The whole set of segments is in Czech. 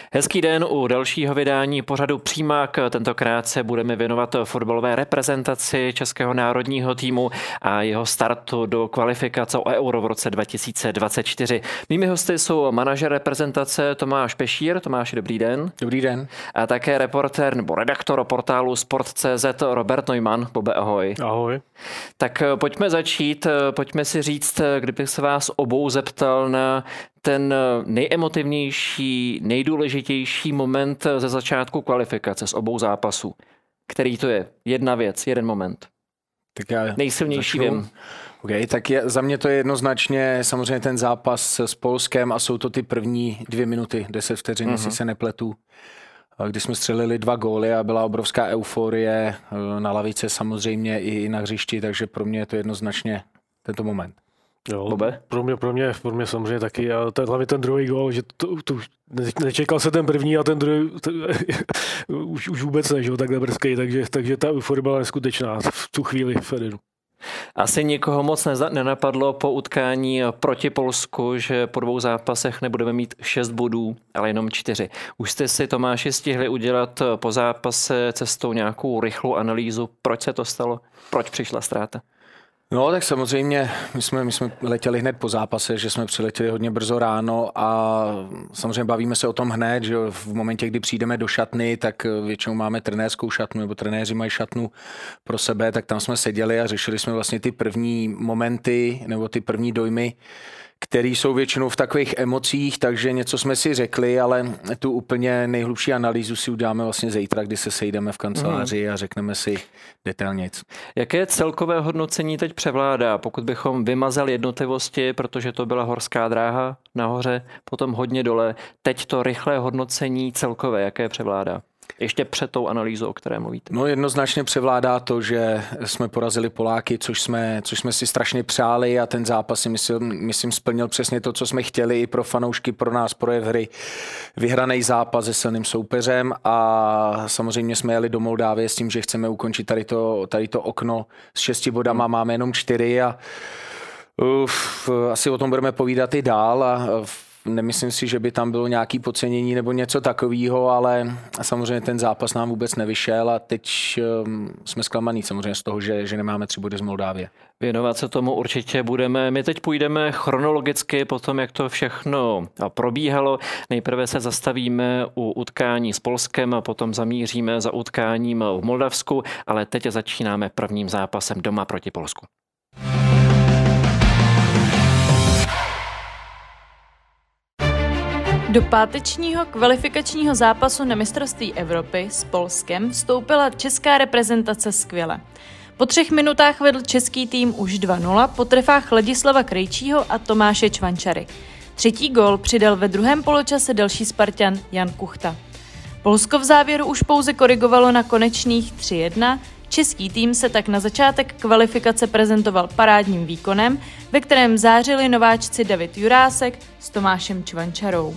Hezký den u dalšího vydání pořadu Přímák. Tentokrát se budeme věnovat fotbalové reprezentaci českého národního týmu a jeho startu do kvalifikace o Euro v roce 2024. Mými hosty jsou manažer reprezentace Tomáš Pešír. Tomáši, dobrý den. Dobrý den. A také reportér nebo redaktor portálu Sport.cz Robert Neumann. Bobe, ahoj. Ahoj. Tak pojďme začít. Pojďme si říct, kdybych se vás obou zeptal na ten nejemotivnější, nejdůležitější moment ze začátku kvalifikace z obou zápasů. Který to je? Jedna věc, jeden moment. Tak já nejsilnější vím. Okay, tak za mě to je jednoznačně samozřejmě ten zápas s Polskem a jsou to ty první 2 minuty, 10 vteřin, jestli se nepletu, kdy jsme střelili 2 góly a byla obrovská euforie na lavice samozřejmě i na hřišti, takže pro mě je to jednoznačně tento moment. Jo, pro mě samozřejmě taky. A hlavně ten druhý gól, že nečekal se ten první a ten druhý už vůbec ne, že takhle brzký, takže ta euforie byla neskutečná v tu chvíli v Edenu. Asi nikoho moc nenapadlo po utkání proti Polsku, že po 2 zápasech nebudeme mít 6 bodů, ale jenom 4. Už jste si, Tomáši, stihli udělat po zápase cestou nějakou rychlou analýzu, proč se to stalo, proč přišla ztráta? No tak samozřejmě, my jsme letěli hned po zápase, že jsme přiletěli hodně brzo ráno a samozřejmě bavíme se o tom hned, že v momentě, kdy přijdeme do šatny, tak většinou máme trenérskou šatnu, nebo trenéři mají šatnu pro sebe, tak tam jsme seděli a řešili jsme vlastně ty první momenty, nebo ty první dojmy, které jsou většinou v takových emocích, takže něco jsme si řekli, ale tu úplně nejhlubší analýzu si uděláme vlastně zítra, kdy se sejdeme v kanceláři a řekneme si detailnějc. Jaké celkové hodnocení teď převládá, pokud bychom vymazali jednotlivosti, protože to byla horská dráha nahoře, potom hodně dole, teď to rychlé hodnocení celkové, jaké převládá? Ještě před tou analýzou, o které mluvíte. No jednoznačně převládá to, že jsme porazili Poláky, což jsme si strašně přáli a ten zápas si myslím splnil přesně to, co jsme chtěli i pro fanoušky, pro nás, projev hry. Vyhraný zápas se silným soupeřem a samozřejmě jsme jeli do Moldávie s tím, že chceme ukončit tady to okno s 6 bodama, máme jenom 4 a asi o tom budeme povídat i dál a nemyslím si, že by tam bylo nějaké podcenění nebo něco takového, ale samozřejmě ten zápas nám vůbec nevyšel a teď jsme zklamaní samozřejmě z toho, že nemáme 3 body z Moldávie. Věnovat se tomu určitě budeme. My teď půjdeme chronologicky po tom, jak to všechno probíhalo. Nejprve se zastavíme u utkání s Polskem a potom zamíříme za utkáním v Moldavsku, ale teď začínáme prvním zápasem doma proti Polsku. Do pátečního kvalifikačního zápasu na mistrovství Evropy s Polskem vstoupila česká reprezentace skvěle. Po 3 minutách vedl český tým už 2-0 po trefách Ladislava Krejčího a Tomáše Čvančary. 3. gól přidal ve druhém poločase další Spartan Jan Kuchta. Polsko v závěru už pouze korigovalo na konečných 3-1, český tým se tak na začátek kvalifikace prezentoval parádním výkonem, ve kterém zářili nováčci David Jurásek s Tomášem Čvančarou.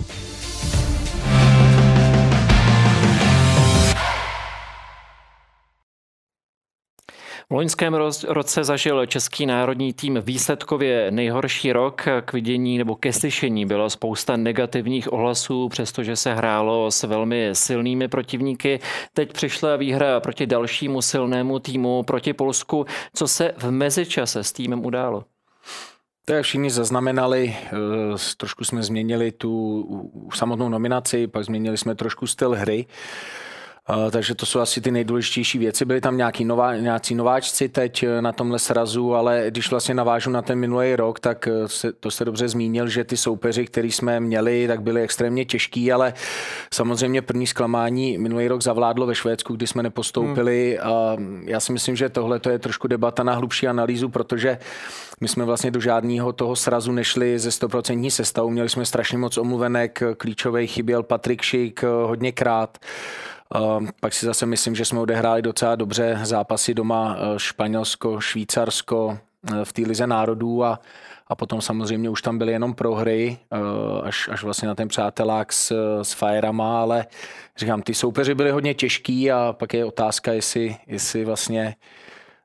V loňském roce zažil český národní tým výsledkově nejhorší rok. K vidění nebo ke slyšení bylo spousta negativních ohlasů, přestože se hrálo s velmi silnými protivníky. Teď přišla výhra proti dalšímu silnému týmu, proti Polsku. Co se v mezičase s týmem událo? Tak všichni zaznamenali, trošku jsme změnili tu samotnou nominaci, pak změnili jsme trošku styl hry. Takže to jsou asi ty nejdůležitější věci. Byli tam nějací nováčci teď na tomhle srazu, ale když vlastně navážu na ten minulý rok, tak to jste dobře zmínil, že ty soupeři, který jsme měli, tak byli extrémně těžký, ale samozřejmě první zklamání minulý rok zavládlo ve Švédsku, kdy jsme nepostoupili. A já si myslím, že tohle je trošku debata na hlubší analýzu, protože my jsme vlastně do žádného toho srazu nešli ze 100% sestavou. Měli jsme strašně moc omluvenek, klíčovej chyběl Patrik Šik hodněkrát. Pak si zase myslím, že jsme odehráli docela dobře zápasy doma Španělsko, Švýcarsko v té lize národů a potom samozřejmě už tam byly jenom prohry, až vlastně na ten přátelák s Fajerama, ale říkám, ty soupeři byly hodně těžký a pak je otázka, jestli vlastně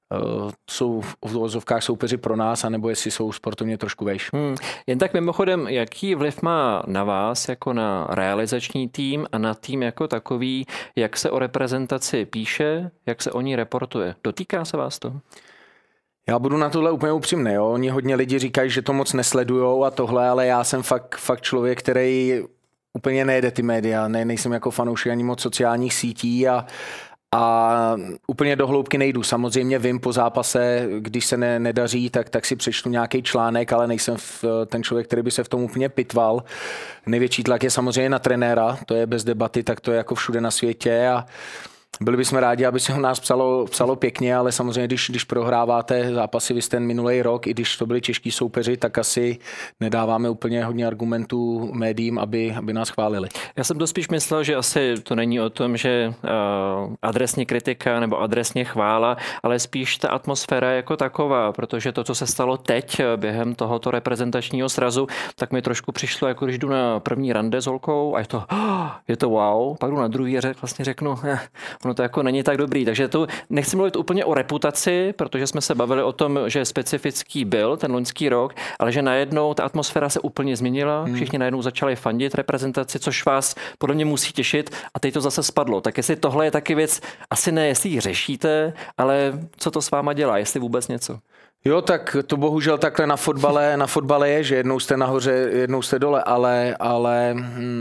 jsou v uvozovkách soupeři pro nás, anebo jestli jsou sportovně trošku vejš. Jen tak mimochodem, jaký vliv má na vás jako na realizační tým a na tým jako takový, jak se o reprezentaci píše, jak se o ní reportuje? Dotýká se vás to? Já budu na tohle úplně upřímný. Jo? Oni hodně lidi říkají, že to moc nesledujou a tohle, ale já jsem fakt člověk, který úplně nejede ty média. Nejsem jako fanoušek ani moc sociálních sítí a úplně do hloubky nejdu. Samozřejmě vím po zápase, když se nedaří, tak si přečtu nějaký článek, ale nejsem ten člověk, který by se v tom úplně pitval. Největší tlak je samozřejmě na trenéra, to je bez debaty, tak to je jako všude na světě a byli bychom rádi, aby se o nás psalo pěkně, ale samozřejmě, když prohráváte zápasy vy ten minulý rok, i když to byli těžký soupeři, tak asi nedáváme úplně hodně argumentů médiím, aby nás chválili. Já jsem to spíš myslel, že asi to není o tom, že adresně kritika nebo adresně chvála, ale spíš ta atmosféra jako taková, protože to, co se stalo teď během tohoto reprezentačního srazu, tak mi trošku přišlo, jako když jdu na první rande s holkou a je to wow, pak jdu na druhý a vlastně řeknu, ono to jako není tak dobrý. Takže to nechci mluvit úplně o reputaci, protože jsme se bavili o tom, že specifický byl ten loňský rok, ale že najednou ta atmosféra se úplně změnila, všichni najednou začali fandit reprezentaci, což vás podle mě musí těšit a teď to zase spadlo. Tak jestli tohle je taky věc, asi ne, jestli ji řešíte, ale co to s váma dělá, jestli vůbec něco? Jo, tak to bohužel takhle na fotbale je, že jednou jste nahoře, jednou jste dole, ale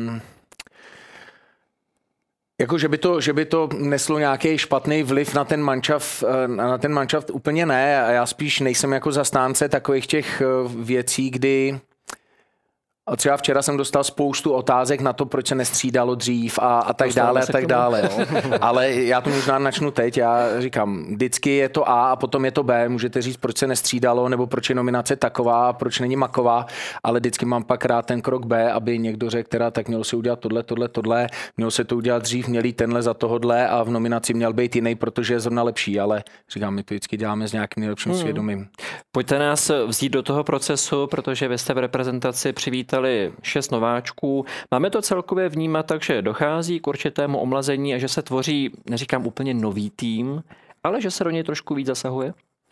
jako, že by to neslo nějaký špatný vliv na ten manšaft úplně ne. A já spíš nejsem jako zastánce takových těch věcí, kdy a třeba včera jsem dostal spoustu otázek na to, proč se nestřídalo dřív a tak dále a tak dále. Jo. Ale já to možná načnu teď. Já říkám, vždycky je to A a potom je to B. Můžete říct, proč se nestřídalo nebo proč je nominace taková a proč není maková, ale vždycky mám pak rád ten krok B, aby někdo řekl, teda tak mělo se udělat tohle, mělo se to udělat dřív, měli tenhle za tohodle a v nominaci měl být jiný, protože je zrovna lepší, ale říkám, my to vždycky děláme s nějakým nejlepším svědomím. Pojďte nás vzít do toho procesu, protože vy jste v reprezentaci přivítali 6 nováčků. Máme to celkově vnímat tak, že dochází k určitému omlazení a že se tvoří, neříkám úplně nový tým, ale že se do něj trošku víc zasahuje?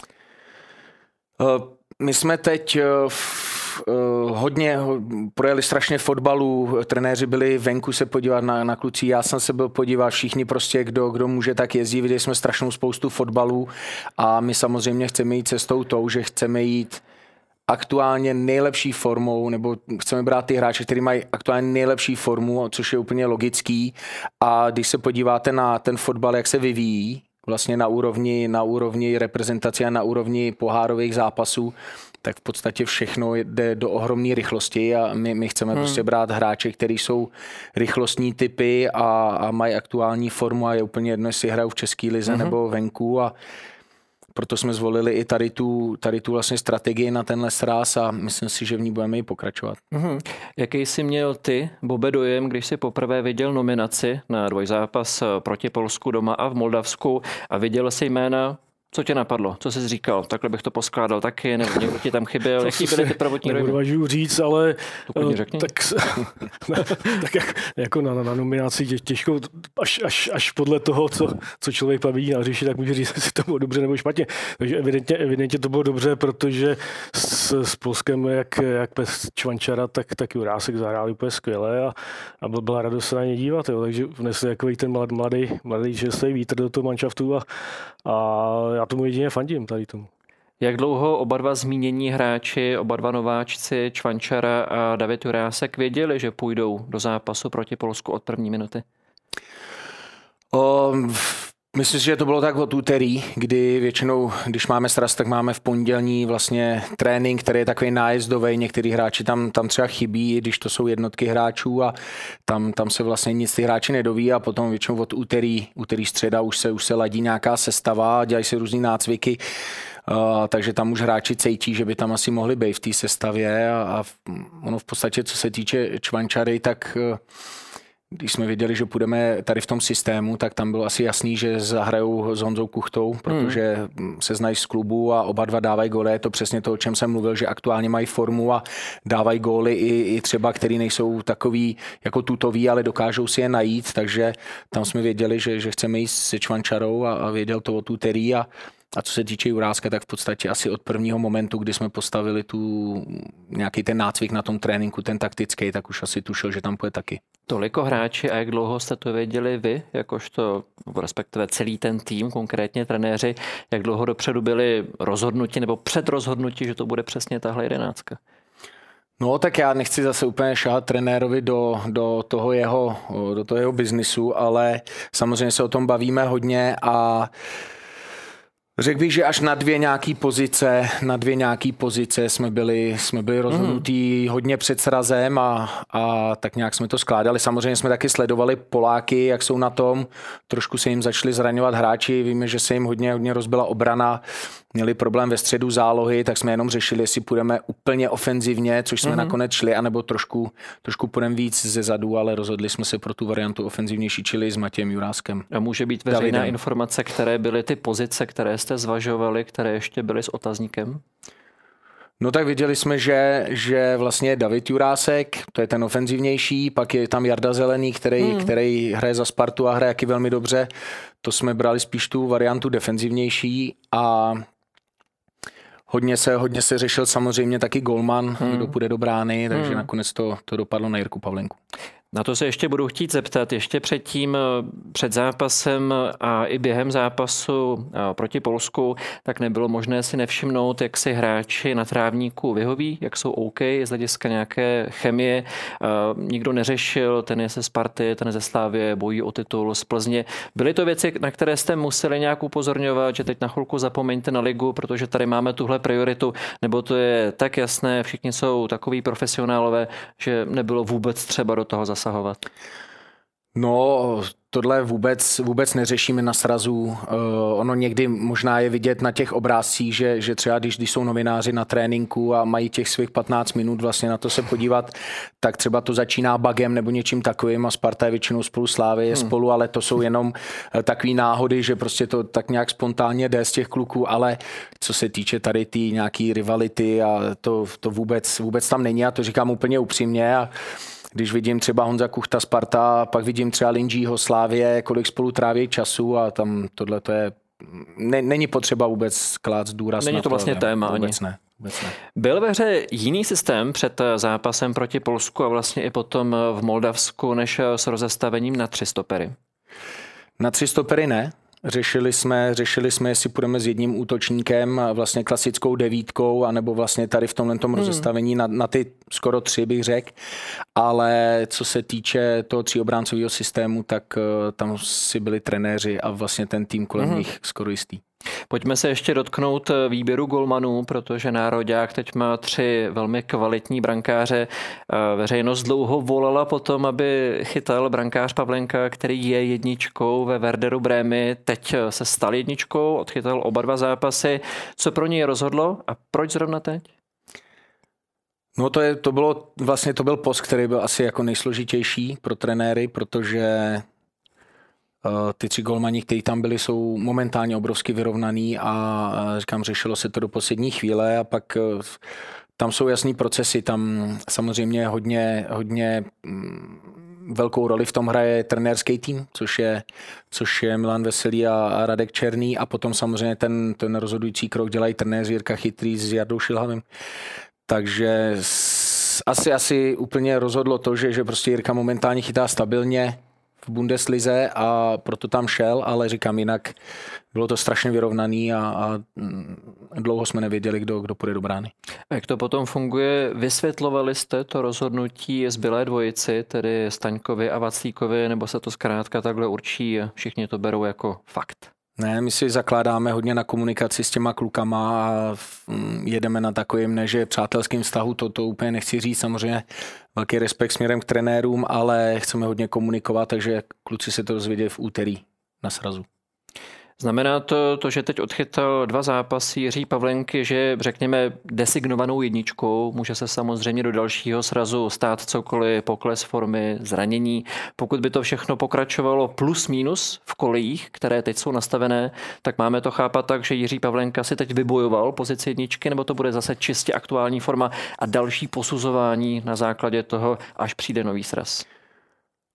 My jsme teď hodně projeli strašně fotbalu, trenéři byli venku se podívat na kluci, já jsem se byl podívat, všichni prostě, kdo může, tak jezdí, viděli jsme strašnou spoustu fotbalů a my samozřejmě chceme jít cestou tou, že chceme jít aktuálně nejlepší formou, nebo chceme brát ty hráče, kteří mají aktuálně nejlepší formu, což je úplně logický. A když se podíváte na ten fotbal, jak se vyvíjí, vlastně na úrovni reprezentace a na úrovni pohárových zápasů, tak v podstatě všechno jde do ohromné rychlosti a my chceme prostě brát hráče, kteří jsou rychlostní typy a mají aktuální formu a je úplně jedno, jestli hrajou v české lize nebo venku a proto jsme zvolili i tady tu vlastně strategii na tenhle sráz a myslím si, že v ní budeme i pokračovat. Jaký jsi měl ty, Bobe, dojem, když jsi poprvé viděl nominaci na dvojzápas proti Polsku doma a v Moldavsku a viděl jsi jména? Co tě napadlo? Co jsi říkal? Takhle bych to poskládal taky, nebo někdo ti tam chyběl? Jaký byly ty prvotní dojmy? Nedokážu říct, ale tak jako na nominaci těžko, až podle toho, co člověk baví a řeší, tak může říct, jestli to bylo dobře nebo špatně. Takže evidentně to bylo dobře, protože s Polskem, jak bez Čvančara, tak Jurásek zahráli úplně skvěle a byla radost se na ně dívat. Jo. Takže vnesli takový ten mladý čerstvý vítr do toho manšaftu a já tomu jedině fandím tady tomu. Jak dlouho oba dva zmínění hráči, oba dva nováčci, Čvančara a David Jurásek, věděli, že půjdou do zápasu proti Polsku od první minuty? Myslím si, že to bylo tak od úterý, kdy většinou, když máme sraz, tak máme v pondělní vlastně trénink, který je takový nájezdový. Některý hráči tam třeba chybí, když to jsou jednotky hráčů a tam se vlastně nic ty hráči nedoví a potom většinou od úterý středa už se ladí nějaká sestava, dělají se různý nácviky. Takže tam už hráči cítí, že by tam asi mohli být v té sestavě a ono v podstatě, co se týče Čvančary, tak když jsme věděli, že půjdeme tady v tom systému, tak tam bylo asi jasný, že zahrajou s Honzou Kuchtou, protože se znají z klubu a oba dva dávají góly. Je to přesně to, o čem jsem mluvil, že aktuálně mají formu a dávají góly i třeba, který nejsou takový jako tutový, ale dokážou si je najít, takže tam jsme věděli, že chceme jít se Čvančarou a věděl to od úterý a A co se týče Juráska, tak v podstatě asi od prvního momentu, kdy jsme postavili nějaký ten nácvik na tom tréninku, ten taktický, tak už asi tušil, že tam půjde taky. Toliko hráči a jak dlouho jste to věděli vy, jakožto, respektive celý ten tým, konkrétně trenéři, jak dlouho dopředu byli rozhodnuti nebo před rozhodnutí, že to bude přesně tahle 11? No tak já nechci zase úplně šahat trenérovi do toho jeho biznisu, ale samozřejmě se o tom bavíme hodně a řekl bych, že až na dvě nějaký pozice jsme byli rozhodnutí hodně před srazem a tak nějak jsme to skládali. Samozřejmě jsme taky sledovali Poláky, jak jsou na tom. Trošku se jim začali zraňovat hráči. Víme, že se jim hodně rozbila obrana. Měli problém ve středu zálohy, tak jsme jenom řešili, jestli půjdeme úplně ofenzivně, což jsme nakonec šli, anebo trošku půjdeme víc ze zadu, ale rozhodli jsme se pro tu variantu ofenzivnější, čili s Matějem Juráskem. A může být veřejná informace, které byly ty pozice, které jste zvažovali, které ještě byly s otazníkem? No tak viděli jsme, že vlastně David Jurásek, to je ten ofenzivnější, pak je tam Jarda Zelený, který hraje za Spartu a hraje jaký velmi dobře. To jsme brali spíš tu variantu defenzivnější a hodně se řešil samozřejmě taky golman, kdo půjde do brány, takže nakonec to dopadlo na Jirku Pavlenku. Na to se ještě budu chtít zeptat. Ještě předtím, před zápasem a i během zápasu proti Polsku, tak nebylo možné si nevšimnout, jak si hráči na trávníku vyhoví, jak jsou OK z hlediska nějaké chemie. Nikdo neřešil, ten je ze Sparty, ten ze Slávie, bojí o titul z Plzně. Byly to věci, na které jste museli nějak upozorňovat, že teď na chvilku zapomeňte na ligu, protože tady máme tuhle prioritu, nebo to je tak jasné, všichni jsou takový profesionálové, že nebylo vůbec třeba do toho zasahovat? No, tohle vůbec neřešíme na srazu. Ono někdy možná je vidět na těch obrázcích, že třeba když jsou novináři na tréninku a mají těch svých 15 minut vlastně na to se podívat, tak třeba to začíná bugem nebo něčím takovým a Sparta je většinou spolu, Slávy je spolu, ale to jsou jenom takový náhody, že prostě to tak nějak spontánně jde z těch kluků, ale co se týče tady ty nějaký rivality a to vůbec tam není, a to říkám úplně upřímně. A když vidím třeba Honza Kuchta Sparta, pak vidím třeba Lindžího Slávie, kolik spolu tráví času a tam tohle to je, není potřeba vůbec klást důraz. Není to vlastně téma ani. Vůbec ne. Byl ve hře jiný systém před zápasem proti Polsku a vlastně i potom v Moldavsku, než s rozestavením na 3 stopery? Na 3 stopery ne. Řešili jsme, jestli půjdeme s jedním útočníkem, vlastně klasickou 9, anebo vlastně tady v tomhletom rozestavení na ty skoro 3 bych řekl. Ale co se týče toho 3obráncového systému, tak tam si byli trenéři a vlastně ten tým kolem nich skoro jistý. Pojďme se ještě dotknout výběru golmanů, protože nároďák teď má 3 velmi kvalitní brankáře. Veřejnost dlouho volala potom, aby chytal brankář Pavlenka, který je jedničkou ve Werderu Brémy. Teď se stal jedničkou, odchytal oba 2 zápasy. Co pro něj rozhodlo a proč zrovna teď? No to byl post, který byl asi jako nejsložitější pro trenéry, protože ty 3 golmani, kteří tam byli, jsou momentálně obrovsky vyrovnaný a říkám, řešilo se to do poslední chvíle a pak tam jsou jasný procesy, tam samozřejmě hodně velkou roli v tom hraje trenérský tým, což je Milan Veselý a Radek Černý a potom samozřejmě ten rozhodující krok dělají trenéři Jirka Chytrý s Jardou Šilhavým. Takže asi úplně rozhodlo to, že prostě Jirka momentálně chytá stabilně v Bundeslize a proto tam šel, ale říkám, jinak bylo to strašně vyrovnaný a dlouho jsme nevěděli, kdo půjde do brány. A jak to potom funguje? Vysvětlovali jste to rozhodnutí zbylé dvojici, tedy Staňkovi a Vaclíkovi, nebo se to zkrátka takhle určí a všichni to berou jako fakt? Ne, my si zakládáme hodně na komunikaci s těma klukama a jedeme na takovým, než je přátelským vztahu, to úplně nechci říct, samozřejmě velký respekt směrem k trenérům, ale chceme hodně komunikovat, takže kluci se to dozvědějí v úterý na srazu. Znamená to, že teď odchytal 2 zápasy Jiří Pavlenky, že řekněme designovanou jedničkou, může se samozřejmě do dalšího srazu stát cokoliv, pokles formy, zranění. Pokud by to všechno pokračovalo plus minus v kolejích, které teď jsou nastavené, tak máme to chápat tak, že Jiří Pavlenka si teď vybojoval pozici jedničky, nebo to bude zase čistě aktuální forma a další posuzování na základě toho, až přijde nový sraz?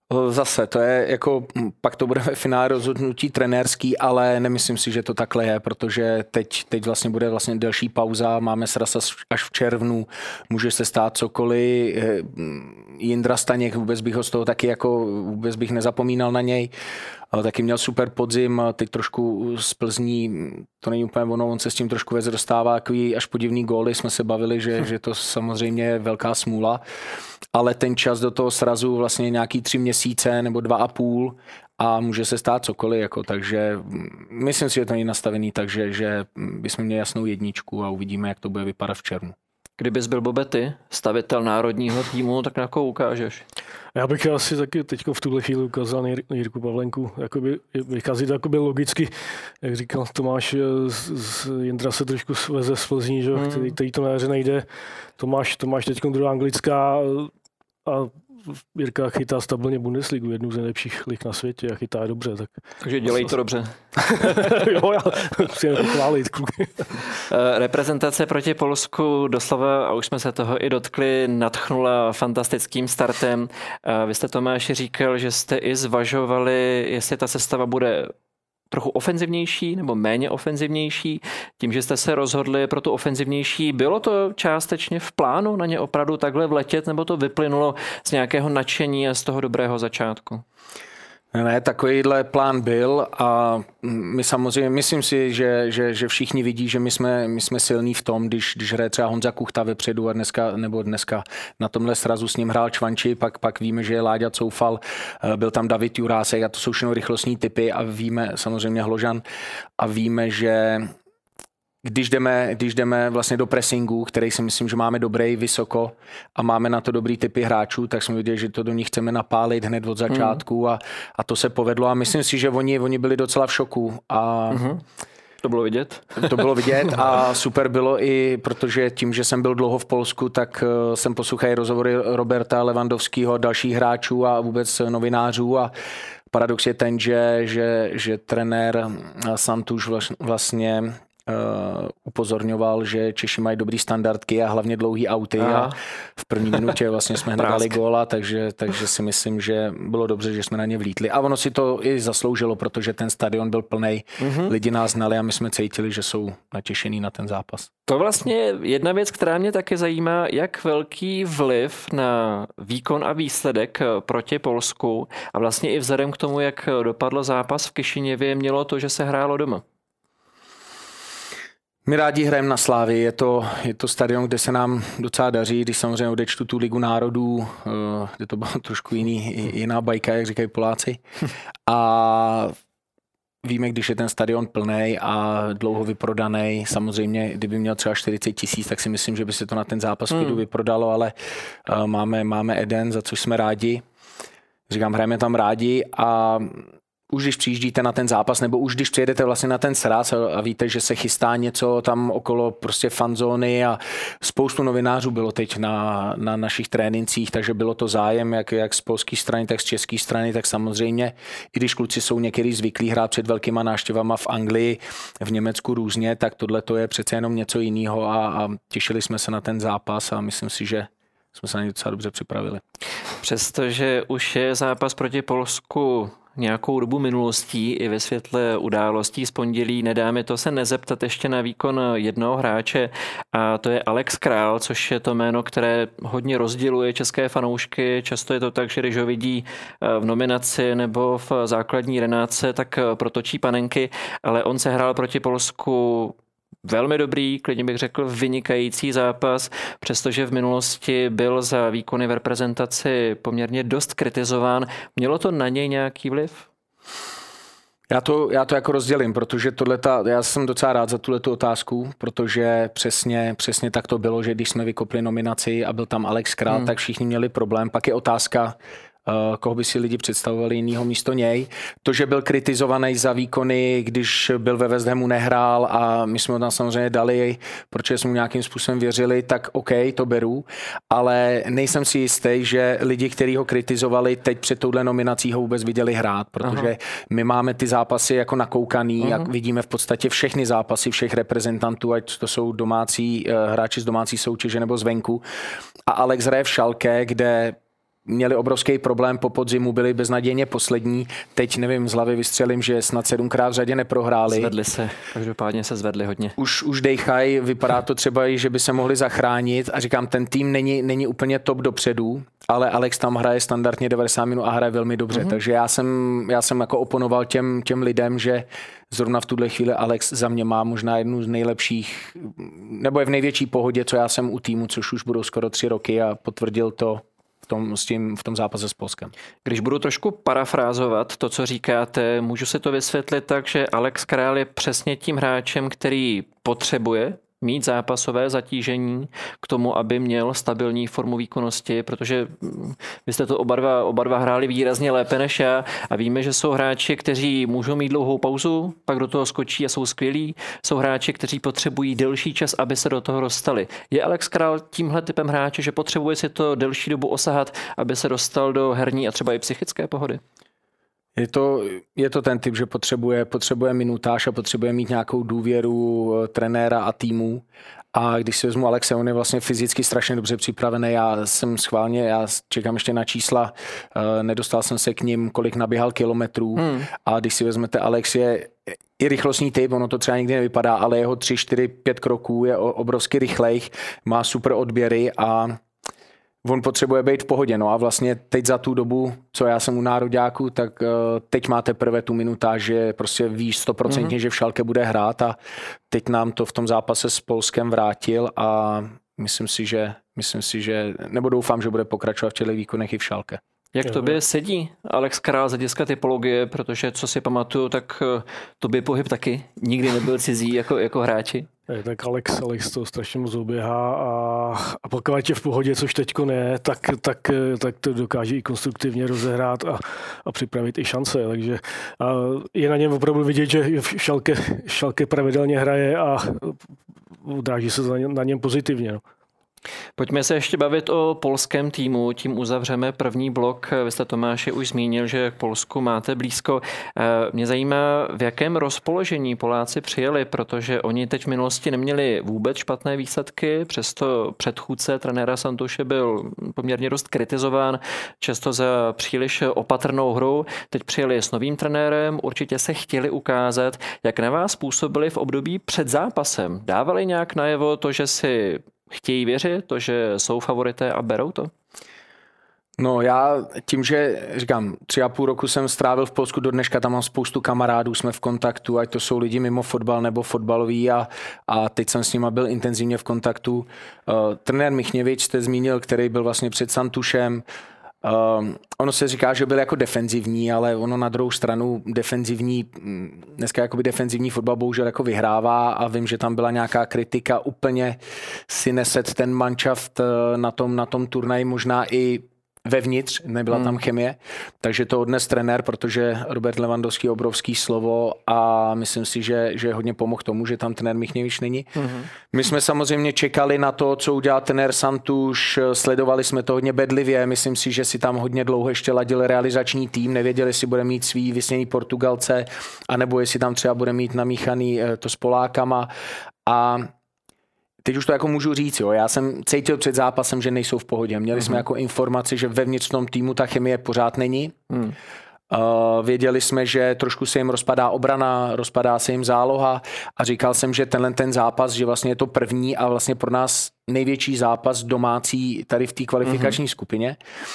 Zase, to je jako, pak to bude ve finále rozhodnutí trenérský, ale nemyslím si, že to takhle je, protože teď vlastně bude vlastně delší pauza, máme sraz až v červnu, může se stát cokoliv. Jindra Staněk, vůbec bych ho z toho taky jako, vůbec bych nezapomínal na něj. Taky měl super podzim, teď trošku z Plzní, to není úplně ono, on se s tím trošku veze dostává, takový až podivný góly, jsme se bavili, že to samozřejmě je velká smůla, ale ten čas do toho srazu vlastně nějaký 3 měsíce nebo 2,5 a může se stát cokoliv, jako, takže myslím si, že to není nastavený, takže že bychom měli jasnou jedničku a uvidíme, jak to bude vypadat v červnu. Kdybys byl Bobety, stavitel národního týmu, tak na koho ukážeš? Já bych asi taky teď v tuhle chvíli ukázal Jirku Pavlenku. Vychází to jakoby logicky, jak říkal Tomáš, Jindra se trošku veze z Plzní, že? Který to na jaře nejde. Tomáš teď druhá anglická a Jirka chytá stabilně Bundesligu, jednu z nejlepších lig na světě a chytá dobře. Takže dělej to dobře. Jo, já musím pochválit kluky. Reprezentace proti Polsku doslova, a už jsme se toho i dotkli, nadchnula fantastickým startem. Vy jste, Tomáši, říkal, že jste i zvažovali, jestli ta sestava bude trochu ofenzivnější nebo méně ofenzivnější. Tím, že jste se rozhodli pro tu ofenzivnější, bylo to částečně v plánu na ně opravdu takhle vletět, nebo to vyplynulo z nějakého nadšení a z toho dobrého začátku? Ne, takovýhle plán byl a my samozřejmě, myslím si, že všichni vidí, že my jsme silní v tom, když hraje třeba Honza Kuchta vepředu a dneska na tomhle srazu s ním hrál Čvanči, pak víme, že je Láďa Coufal, byl tam David Jurásek a to jsou všechno rychlostní typy a víme, samozřejmě Hložan, a víme, že když jdeme vlastně do pressingu, který si myslím, že máme dobrý, vysoko a máme na to dobrý typy hráčů, tak jsme viděli, že to do nich chceme napálit hned od začátku a to se povedlo a myslím si, že oni byli docela v šoku a To bylo vidět? To bylo vidět a super bylo i, protože tím, že jsem byl dlouho v Polsku, tak jsem poslouchal rozhovory Roberta Lewandowského, dalších hráčů a vůbec novinářů a paradox je ten, že trenér Santuš vlastně upozorňoval, že Češi mají dobrý standardky a hlavně dlouhý auty a v první minutě vlastně jsme hned dali góla, takže si myslím, že bylo dobře, že jsme na ně vlítli. A ono si to i zasloužilo, protože ten stadion byl plnej, lidi nás znali a my jsme cítili, že jsou natěšení na ten zápas. To vlastně je jedna věc, která mě taky zajímá, jak velký vliv na výkon a výsledek proti Polsku a vlastně i vzhledem k tomu, jak dopadl zápas v Kišiněvě, mělo to, že se hrálo doma. My rádi hrajeme na Slávii, je to stadion, kde se nám docela daří, když samozřejmě odečtu tu Ligu národů, kde to bylo trošku jiná bajka, jak říkají Poláci. A víme, když je ten stadion plnej a dlouho vyprodaný, samozřejmě, kdyby měl třeba 40 000, tak si myslím, že by se to na ten zápas vyprodalo, ale máme Eden, za což jsme rádi. Říkám, hrajeme tam rádi a už když přijíždíte na ten zápas, nebo už když přijedete vlastně na ten sraz a víte, že se chystá něco tam okolo prostě fanzóny a spoustu novinářů bylo teď na našich trénincích, takže bylo to zájem jak z polské strany, tak z české strany, tak samozřejmě, i když kluci jsou některý zvyklí hrát před velkýma návštěvama v Anglii, v Německu různě, tak tohle to je přece jenom něco jiného a těšili jsme se na ten zápas a myslím si, že jsme se na ně docela dobře připravili. Přestože už je zápas proti Polsku nějakou dobu minulostí i ve světle událostí z pondělí, nedá mi to se nezeptat ještě na výkon jednoho hráče a to je Alex Král, což je to jméno, které hodně rozděluje české fanoušky. Často je to tak, že když ho vidí v nominaci nebo v základní renáce, tak protočí panenky, ale on se hrál proti Polsku velmi dobrý, klidně bych řekl vynikající zápas, přestože v minulosti byl za výkony v reprezentaci poměrně dost kritizován. Mělo to na něj nějaký vliv? Já to jako rozdělím, protože já jsem docela rád za tuhletu otázku, protože přesně tak to bylo, že když jsme vykopli nominaci a byl tam Alex Král, tak všichni měli problém. Pak je otázka, koho by si lidi představovali jinýho místo něj. To, že byl kritizovaný za výkony, když byl ve West Hamu, nehrál a my jsme ho tam samozřejmě dali, protože jsme mu nějakým způsobem věřili, tak OK, to beru, ale nejsem si jistý, že lidi, kteří ho kritizovali, teď před touhle nominací ho vůbec viděli hrát, protože my máme ty zápasy jako nakoukaný, jak vidíme v podstatě všechny zápasy všech reprezentantů, ať to jsou domácí hráči z domácí soutěže nebo zvenku. A Alex hraje v Schalke, kde měli obrovský problém, po podzimu byli beznadějně poslední. Teď nevím, z hlavy vystřelím, že snad 7krát v řadě neprohráli. Zvedli se, každopádně se zvedli hodně. Už dejchají, vypadá to třeba i, že by se mohli zachránit a říkám, ten tým není úplně top dopředu, ale Alex tam hraje standardně 90 minut a hraje velmi dobře, takže já jsem jako oponoval těm lidem, že zrovna v tuhle chvíli Alex za mě má možná jednu z nejlepších, nebo je v největší pohodě, co já jsem u týmu, což už budou skoro 3 roky a potvrdil to v tom zápase s Polskem. Když budu trošku parafrázovat to, co říkáte, můžu si to vysvětlit tak, že Alex Král je přesně tím hráčem, který potřebuje mít zápasové zatížení k tomu, aby měl stabilní formu výkonnosti, protože vy jste to oba dva hráli výrazně lépe než já a víme, že jsou hráči, kteří můžou mít dlouhou pauzu, pak do toho skočí a jsou skvělí. Jsou hráči, kteří potřebují delší čas, aby se do toho dostali. Je Alex Král tímhle typem hráče, že potřebuje si to delší dobu osahat, aby se dostal do herní a třeba i psychické pohody? Je to ten typ, že potřebuje minutáž a potřebuje mít nějakou důvěru trenéra a týmu. A když si vezmu Alexe, on je vlastně fyzicky strašně dobře připravený. Já čekám ještě na čísla, nedostal jsem se k ním, kolik naběhal kilometrů. A když si vezmete, Alex je i rychlostní typ, ono to třeba nikdy nevypadá, ale jeho 3, 4, 5 kroků je obrovsky rychlej, má super odběry a on potřebuje být v pohodě. No a vlastně teď za tu dobu, co já jsem u nároďáku, tak teď má teprve tu minutáž, že prostě víš 100%, že v Schalke bude hrát a teď nám to v tom zápase s Polskem vrátil a myslím si, že nebo doufám, že bude pokračovat v těchto výkonech i v Schalke. Jak tobě sedí Alex Král z hlediska typologie, protože co si pamatuju, tak tobě pohyb taky nikdy nebyl cizí jako hráči. Tak Alex to strašně moc oběhá a pokud je v pohodě, což teďko ne, tak to dokáže i konstruktivně rozehrát a připravit i šance. Takže je na něm opravdu vidět, že Schalke pravidelně hraje a odráží se na něm pozitivně. No. Pojďme se ještě bavit o polském týmu, tím uzavřeme první blok. Vy jste, Tomáši, už zmínil, že k Polsku máte blízko. Mě zajímá, v jakém rozpoložení Poláci přijeli, protože oni teď v minulosti neměli vůbec špatné výsledky, přesto předchůdce trenéra Santuše byl poměrně dost kritizován, často za příliš opatrnou hru. Teď přijeli s novým trenérem, určitě se chtěli ukázat. Jak na vás působili v období před zápasem? Dávali nějak najevo to, že si chtějí věřit, to, že jsou favorité a berou to? No já tím, že říkám, 3,5 roku jsem strávil v Polsku do dneška, tam mám spoustu kamarádů, jsme v kontaktu, ať to jsou lidi mimo fotbal nebo fotbaloví a teď jsem s nima byl intenzivně v kontaktu. Trenér Michněvič jste zmínil, který byl vlastně před Santušem. Ono se říká, že byl jako defenzivní, ale ono na druhou stranu dneska jakoby defenzivní fotbal bohužel jako vyhrává a vím, že tam byla nějaká kritika, úplně si neset ten manšaft na tom turnaji, možná i vevnitř, nebyla tam chemie, takže to odnes trenér, protože Robert Lewandowski je obrovský slovo a myslím si, že hodně pomohl tomu, že tam trenér Michněvič není. My jsme samozřejmě čekali na to, co udělá trenér Santuš, sledovali jsme to hodně bedlivě, myslím si, že si tam hodně dlouho ještě ladil realizační tým, nevěděli, jestli bude mít svý vysněný Portugalce, anebo jestli tam třeba bude mít namíchaný to s Polákama a teď už to jako můžu říct, jo. Já jsem cítil před zápasem, že nejsou v pohodě. Měli jsme jako informaci, že vevnitř v tom týmu ta chemie pořád není. Věděli jsme, že trošku se jim rozpadá obrana, rozpadá se jim záloha a říkal jsem, že ten zápas, že vlastně je to první a vlastně pro nás největší zápas domácí tady v té kvalifikační skupině.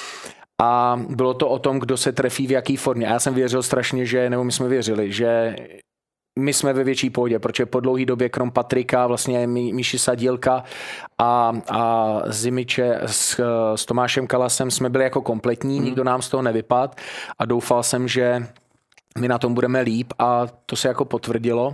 A bylo to o tom, kdo se trefí v jaký formě. A já jsem věřil strašně, my jsme věřili, že my jsme ve větší pohodě, protože po dlouhé době krom Patrika, vlastně Míši Sadílka a Zimiče s Tomášem Kalasem jsme byli jako kompletní, nikdo nám z toho nevypadl a doufal jsem, že my na tom budeme líp a to se jako potvrdilo.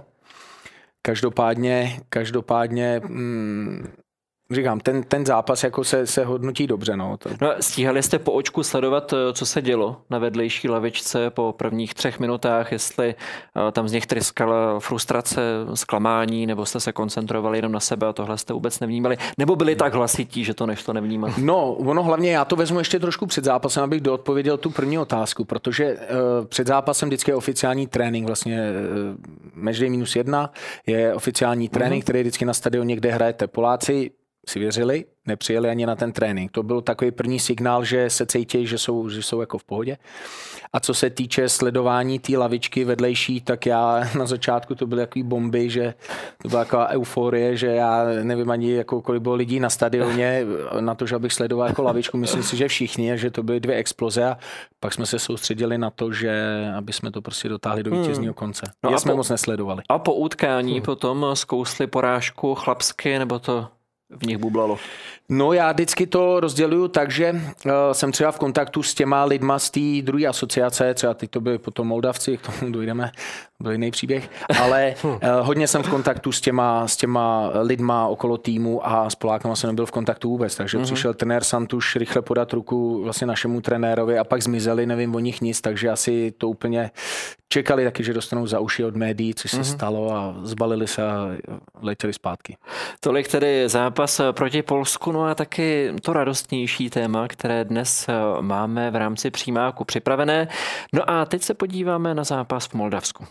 Každopádně říkám, ten zápas jako se hodnotí dobře. No, stíhali jste po očku sledovat, co se dělo na vedlejší lavičce po prvních 3 minutách, jestli tam z nich tryskala frustrace, zklamání, nebo jste se koncentrovali jenom na sebe a tohle jste vůbec nevnímali, nebo byli tak hlasití, že to nešlo nevnímat? No, ono hlavně já to vezmu ještě trošku před zápasem, abych doodpověděl tu první otázku, protože před zápasem vždycky je oficiální trénink, vlastně matchday -1 je oficiální trénink, který vždycky na stadioně, kde hrajete. Poláci si věřili, nepřijeli ani na ten trénink. To byl takový první signál, že se cítí, že jsou jako v pohodě. A co se týče sledování té lavičky vedlejší, tak já na začátku to byly takový bomby, že to byla taková euforie, že já nevím ani, jako, kolik bylo lidí na stadioně na to, že abych sledoval jako lavičku. Myslím si, že všichni, že to byly 2 exploze a pak jsme se soustředili na to, že aby jsme to prostě dotáhli do vítězního konce. No jsme moc nesledovali. A po utkání potom zkousli porážku chlapsky, nebo to v nich bublalo? No já vždycky to rozděluju tak, že jsem třeba v kontaktu s těma lidma z té druhé asociace, třeba teď to byli potom Moldavci, k tomu dojdeme, byl jiný příběh, ale hodně jsem v kontaktu s těma lidma okolo týmu a s Polákama jsem nebyl v kontaktu vůbec, takže přišel trenér Santuš rychle podat ruku vlastně našemu trenérovi a pak zmizeli, nevím o nich nic, takže asi to úplně čekali taky, že dostanou za uši od médií, což se stalo a zbalili se a letěli zpátky. Tolik tedy zápas proti Polsku, no a taky to radostnější téma, které dnes máme v rámci přímáku připravené. No a teď se podíváme na zápas v Moldavsku.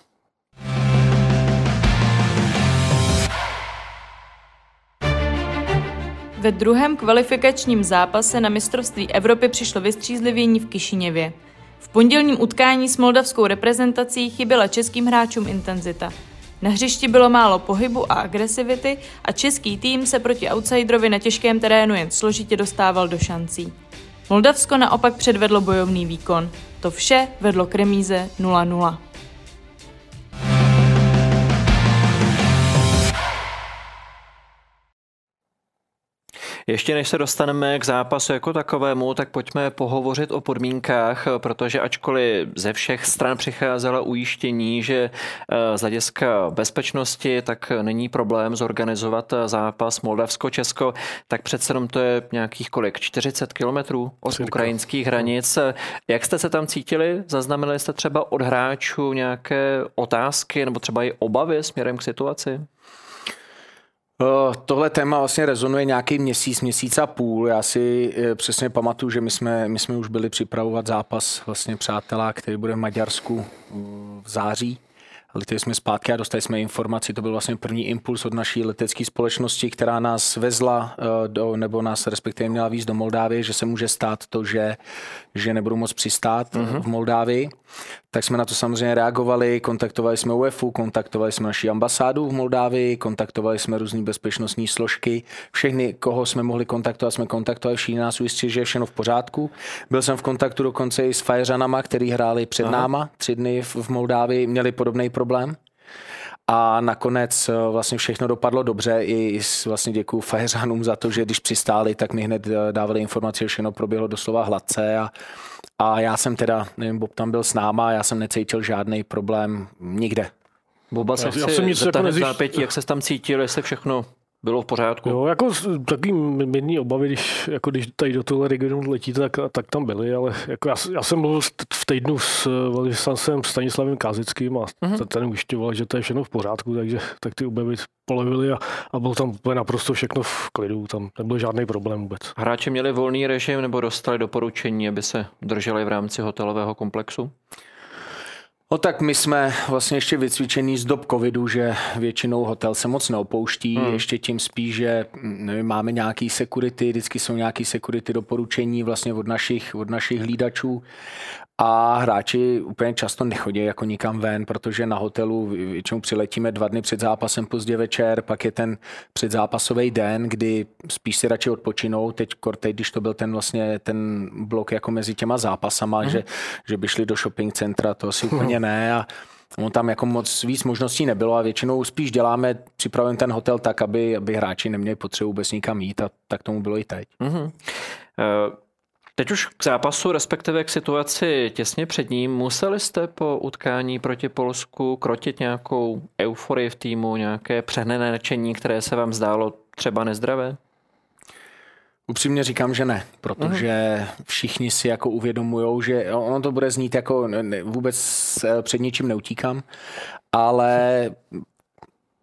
Ve druhém kvalifikačním zápase na mistrovství Evropy přišlo vystřízlivění v Kišiněvě. V pondělním utkání s moldavskou reprezentací chyběla českým hráčům intenzita. Na hřišti bylo málo pohybu a agresivity a český tým se proti outsiderovi na těžkém terénu jen složitě dostával do šancí. Moldavsko naopak předvedlo bojovný výkon. To vše vedlo k remíze 0-0. Ještě než se dostaneme k zápasu jako takovému, tak pojďme pohovořit o podmínkách, protože ačkoliv ze všech stran přicházela ujištění, že z hlediska bezpečnosti tak není problém zorganizovat zápas Moldavsko-Česko, tak přece jenom to je nějakých 40 kilometrů od ukrajinských hranic. Jak jste se tam cítili? Zaznamenali jste třeba od hráčů nějaké otázky nebo třeba i obavy směrem k situaci? Tohle téma vlastně rezonuje nějaký měsíc a půl. Já si přesně pamatuju, že my jsme už byli připravovat zápas vlastně přátelá, který bude v Maďarsku v září. Letěli jsme zpátky a dostali jsme informaci, to byl vlastně první impuls od naší letecké společnosti, která nás vezla nebo nás respektive měla víc do Moldávie, že se může stát to, že nebudou moc přistát v Moldávii. Tak jsme na to samozřejmě reagovali, kontaktovali jsme UEFA, kontaktovali jsme naši ambasádu v Moldávii, kontaktovali jsme různý bezpečnostní složky. Všechny, koho jsme mohli kontaktovat, jsme kontaktovali, všichni nás ujistili, že je všechno v pořádku. Byl jsem v kontaktu dokonce i s Fajeřanama, který hráli před náma 3 dny v Moldávii, měli podobný problém. A nakonec vlastně všechno dopadlo dobře. I vlastně děkuju Fajeřanům za to, že když přistáli, tak mi hned dávali informace, že všechno proběhlo doslova hladce. A já jsem teda, nevím, Bob tam byl s náma, já jsem necítil žádný problém nikde. Boba se chci zeptat v zápětí, jak se tam cítil, jestli všechno bylo v pořádku. Jo, jako taky mírný obavy, když tady do tohle regionu letíte, tak tam byly, ale jako já jsem mluvil v týdnu s velvyslancem Stanislavem Kázickým a ten ujišťoval, že to je všechno v pořádku, takže tak ty obavy polevily a bylo tam naprosto všechno v klidu, tam nebyl žádný problém vůbec. Hráči měli volný režim nebo dostali doporučení, aby se drželi v rámci hotelového komplexu? No tak my jsme vlastně ještě vycvičení z dob covidu, že většinou hotel se moc neopouští, ještě tím spíš, že nevím, máme nějaký security, vždycky jsou nějaký security doporučení vlastně od našich hlídačů a hráči úplně často nechodí jako nikam ven, protože na hotelu většinou přiletíme 2 dny před zápasem pozdě večer, pak je ten předzápasový den, kdy spíš si radši odpočinou, teď když to byl ten blok jako mezi těma zápasama, že by šli do shopping centra, to asi úplně ne a tam jako moc víc možností nebylo a většinou spíš připravujeme ten hotel tak, aby hráči neměli potřebu vůbec nikam jít a tak tomu bylo i teď. Teď už k zápasu, respektive k situaci těsně před ním, museli jste po utkání proti Polsku krotit nějakou euforii v týmu, nějaké přehnané nadšení, které se vám zdálo třeba nezdravé? Upřímně říkám, že ne, protože všichni si jako uvědomujou, že ono to bude znít jako vůbec před ničím neutíkám, ale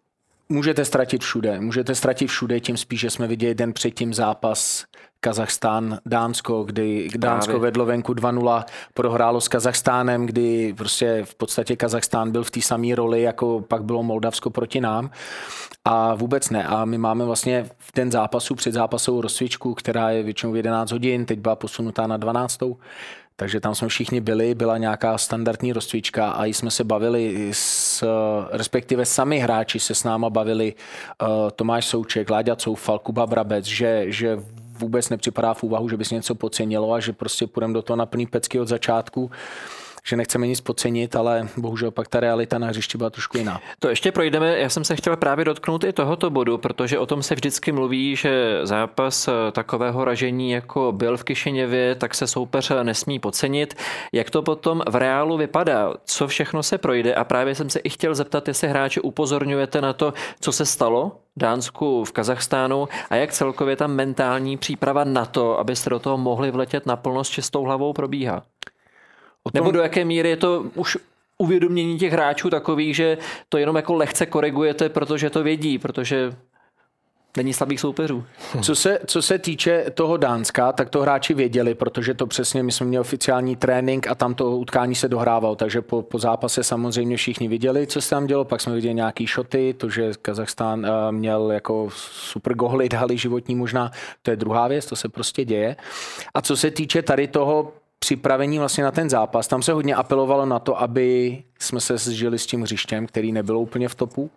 Můžete ztratit všude, tím spíš, že jsme viděli den předtím zápas Kazachstán, Dánsko, kdy Dánsko vedlo venku 2-0, prohrálo s Kazachstánem, kdy prostě v podstatě Kazachstán byl v té samé roli, jako pak bylo Moldavsko proti nám. A vůbec ne. A my máme vlastně v den zápasu, před zápasovou rozcvičku, která je většinou v 11 hodin, teď byla posunutá na 12. Takže tam jsme všichni byli, byla nějaká standardní rozcvička a jsme se bavili, respektive sami hráči se s náma bavili, Tomáš Souček, Láďa Coufal, Kuba Brabec, že vůbec nepřipadá v úvahu, že by se něco podcenilo a že prostě půjdeme do toho na plný pecky od začátku, že nechceme nic podcenit, ale bohužel pak ta realita na hřišti byla trošku jiná. To ještě projdeme, já jsem se chtěl právě dotknout i tohoto bodu, protože o tom se vždycky mluví, že zápas takového ražení, jako byl v Kišiněvě, tak se soupeř nesmí podcenit. Jak to potom v reálu vypadá? Co všechno se projde? A právě jsem se i chtěl zeptat, jestli hráči upozorňujete na to, co se stalo v Dánsku, v Kazachstánu a jak celkově ta mentální příprava na to, abyste do toho mohli vletět naplno s čistou hlavou, probíhá? Nebo do jaké míry je to už uvědomění těch hráčů takový, že to jenom jako lehce korigujete, protože to vědí, protože není slabých soupeřů. Co se týče toho Dánska, tak to hráči věděli, protože to přesně, my jsme měli oficiální trénink a tam to utkání se dohrávalo, takže po zápase samozřejmě všichni viděli, co se tam dělo, pak jsme viděli nějaký šoty, to, že Kazachstán měl jako super gohly, dali životní možná, to je druhá věc, to se prostě děje. A co se týče tady toho připravení vlastně na ten zápas, tam se hodně apelovalo na to, aby jsme se zžili s tím hřištěm, který nebylo úplně v topu.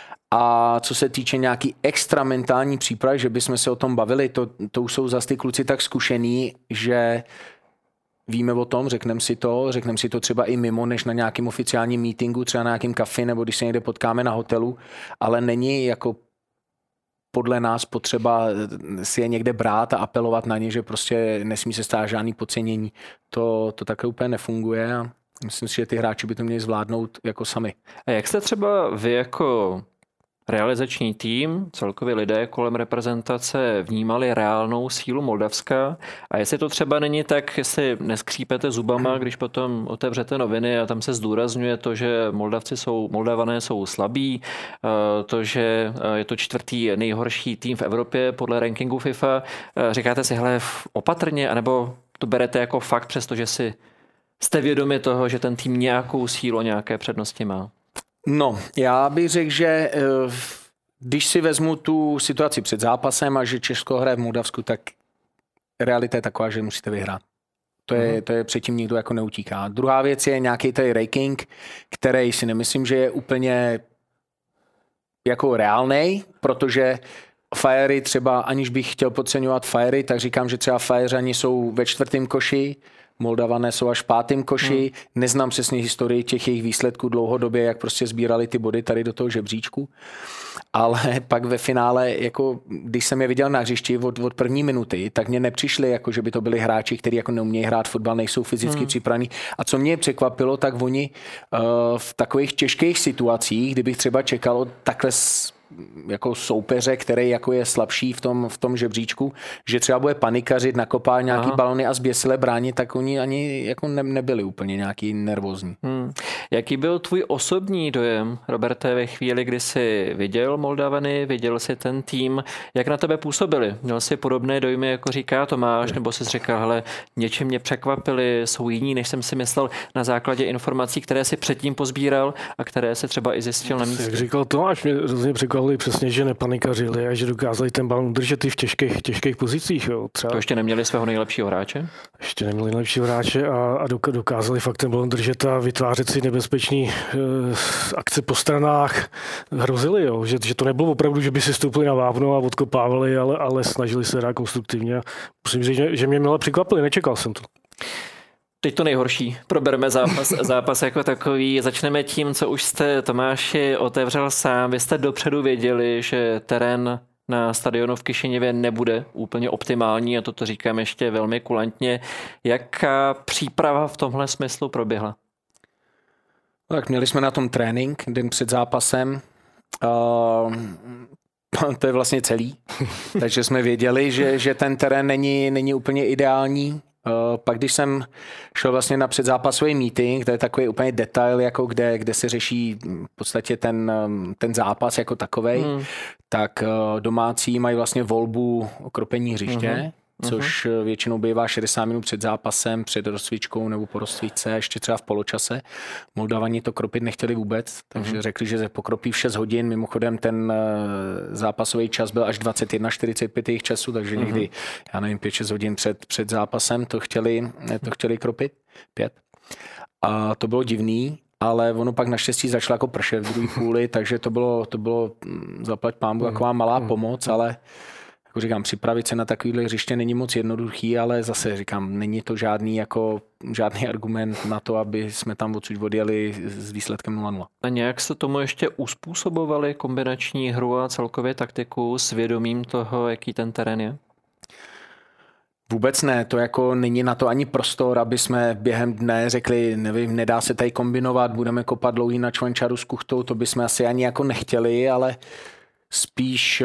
A co se týče nějaký extra mentální přípravy, že bychom se o tom bavili, to už jsou zase ty kluci tak zkušený, že víme o tom, řekneme si to třeba i mimo, než na nějakém oficiálním meetingu, třeba na nějakém kafi, nebo když se někde potkáme na hotelu, ale není jako podle nás potřeba si je někde brát a apelovat na ně, že prostě nesmí se stát žádný podcenění. To takhle úplně nefunguje a myslím si, že ty hráči by to měli zvládnout jako sami. A jak jste třeba vy jako realizační tým, celkově lidé kolem reprezentace vnímali reálnou sílu Moldavska a jestli to třeba není tak, jestli neskřípete zubama, když potom otevřete noviny a tam se zdůrazňuje to, že Moldavané jsou slabí, to, že je to 4. nejhorší tým v Evropě podle rankingu FIFA, říkáte si, hele, opatrně, anebo to berete jako fakt, přestože si jste vědomi toho, že ten tým nějakou sílu, nějaké přednosti má? No, já bych řekl, že když si vezmu tu situaci před zápasem a že Česko hraje v Moldavsku, tak realita je taková, že musíte vyhrát. To je předtím nikdo jako neutíká. Druhá věc je nějaký tady ranking, který si nemyslím, že je úplně jako reálnej, protože Fiery třeba, aniž bych chtěl podceňovat Fiery, tak říkám, že třeba Fireřani jsou ve 4. koši, Moldavané jsou až v 5. koši. Neznám přesně historii těch jejich výsledků dlouhodobě, jak prostě sbírali ty body tady do toho žebříčku. Ale pak ve finále, jako když jsem je viděl na hřišti od první minuty, tak mě nepřišli, jako že by to byli hráči, kteří jako neumějí hrát fotbal, nejsou fyzicky připravení. A co mě překvapilo, tak oni v takových těžkých situacích, kdybych třeba čekal takhle jako soupeře, který jako je slabší v tom žebříčku, že třeba bude panikařit, nakopá nějaký balony a zběsile bránit, tak oni ani jako nebyli úplně nějaký nervózní. Jaký byl tvůj osobní dojem, Roberte, ve chvíli, kdy jsi viděl Moldavany, viděl jsi ten tým, jak na tebe působili? Měl jsi podobné dojmy, jako říká Tomáš, nebo jsi říkal, hele, něčím mě překvapili, jsou jiní, než jsem si myslel na základě informací, které si předtím pozbíral a které se třeba i zjistil na místě? Jak říkal Tomáš, mě hrozně překvapili přesně, že nepanikařili a že dokázali ten balon držet i v těžkých pozicích. Jo. Třeba... To ještě neměli svého nejlepšího hráče? Ještě neměli nejlepšího hráče a dokázali fakt ten balon držet a vytvářet si nebezpečný akce po stranách. Hrozili, jo. Že to nebylo opravdu, že by si stoupili na vápno a odkopávali, ale snažili se hrát konstruktivně. Musím říct, že mě milé překvapili, nečekal jsem to. Teď to nejhorší. Probereme zápas jako takový. Začneme tím, co už jste, Tomáši, otevřel sám. Vy jste dopředu věděli, že terén na stadionu v Kišiněvě nebude úplně optimální a toto říkám ještě velmi kulantně. Jaká příprava v tomhle smyslu proběhla? Tak měli jsme na tom trénink den před zápasem. To je vlastně celý. Takže jsme věděli, že ten terén není úplně ideální. Pak když jsem šel vlastně na předzápasový meeting, to je takový úplně detail, jako kde se řeší v podstatě ten zápas jako takovej, tak domácí mají vlastně volbu o kropení hřiště, což většinou bývá 60 minut před zápasem, před rozcvičkou nebo po rozcvičce, ještě třeba v poločase. Moldavani to kropit nechtěli vůbec, takže řekli, že se pokropí v 6 hodin. Mimochodem ten zápasový čas byl až 21:45 jejich času, takže někdy, já nevím, 5-6 hodin před zápasem to chtěli kropit. 5. A to bylo divný, ale ono pak naštěstí začalo jako pršet v druhé půli, takže to bylo zaplať pánbu taková malá pomoc, ale jako říkám, připravit se na takovýhle hřiště není moc jednoduchý, ale zase říkám, není to žádný argument na to, aby jsme tam odsud odjeli s výsledkem 0-0. A nějak jste tomu ještě uspůsobovali kombinační hru a celkově taktiku s vědomím toho, jaký ten terén je? Vůbec ne, to jako není na to ani prostor, aby jsme během dne řekli, nevím, nedá se tady kombinovat, budeme kopat dlouhý na členčaru s kuchtou, to bychom asi ani jako nechtěli, ale spíš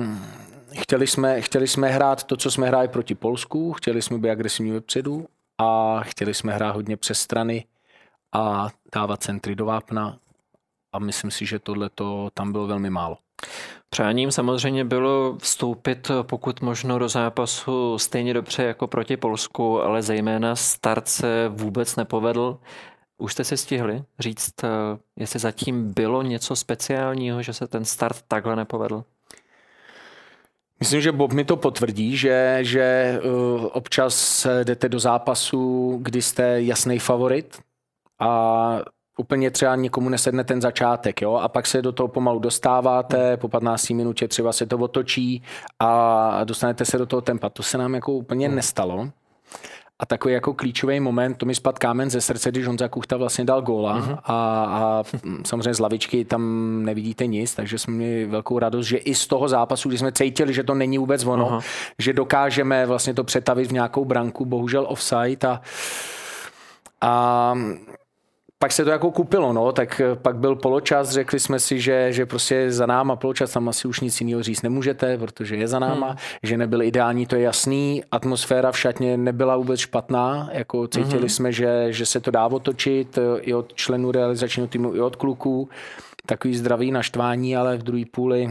chtěli jsme hrát to, co jsme hráli proti Polsku, chtěli jsme být agresivní vepředu a chtěli jsme hrát hodně přes strany a dávat centry do vápna a myslím si, že tohleto tam bylo velmi málo. Přáním samozřejmě bylo vstoupit pokud možno do zápasu stejně dobře jako proti Polsku, ale zejména start se vůbec nepovedl. Už jste si stihli říct, jestli zatím bylo něco speciálního, že se ten start takhle nepovedl? Myslím, že Bob mi to potvrdí, že občas jdete do zápasu, kdy jste jasný favorit a úplně třeba někomu nesedne ten začátek, jo? A pak se do toho pomalu dostáváte, po 15 minutě třeba se to otočí a dostanete se do toho tempa. To se nám jako úplně nestalo. A takový jako klíčový moment, to mi spadl kámen ze srdce, když Honza Kuchta vlastně dal góla a samozřejmě z lavičky tam nevidíte nic, takže jsme měli velkou radost, že i z toho zápasu, kdy jsme cítili, že to není vůbec ono, že dokážeme vlastně to přetavit v nějakou branku, bohužel offside a pak se to jako kupilo, no, tak pak byl poločas, řekli jsme si, že prostě je za náma poločas, tam asi už nic jiného říct nemůžete, protože je za náma, že nebyl ideální, to je jasný, atmosféra v šatně nebyla vůbec špatná, jako cítili jsme, že se to dá otočit i od členů realizačního týmu, i od kluků, takový zdravý naštvání, ale v druhé půli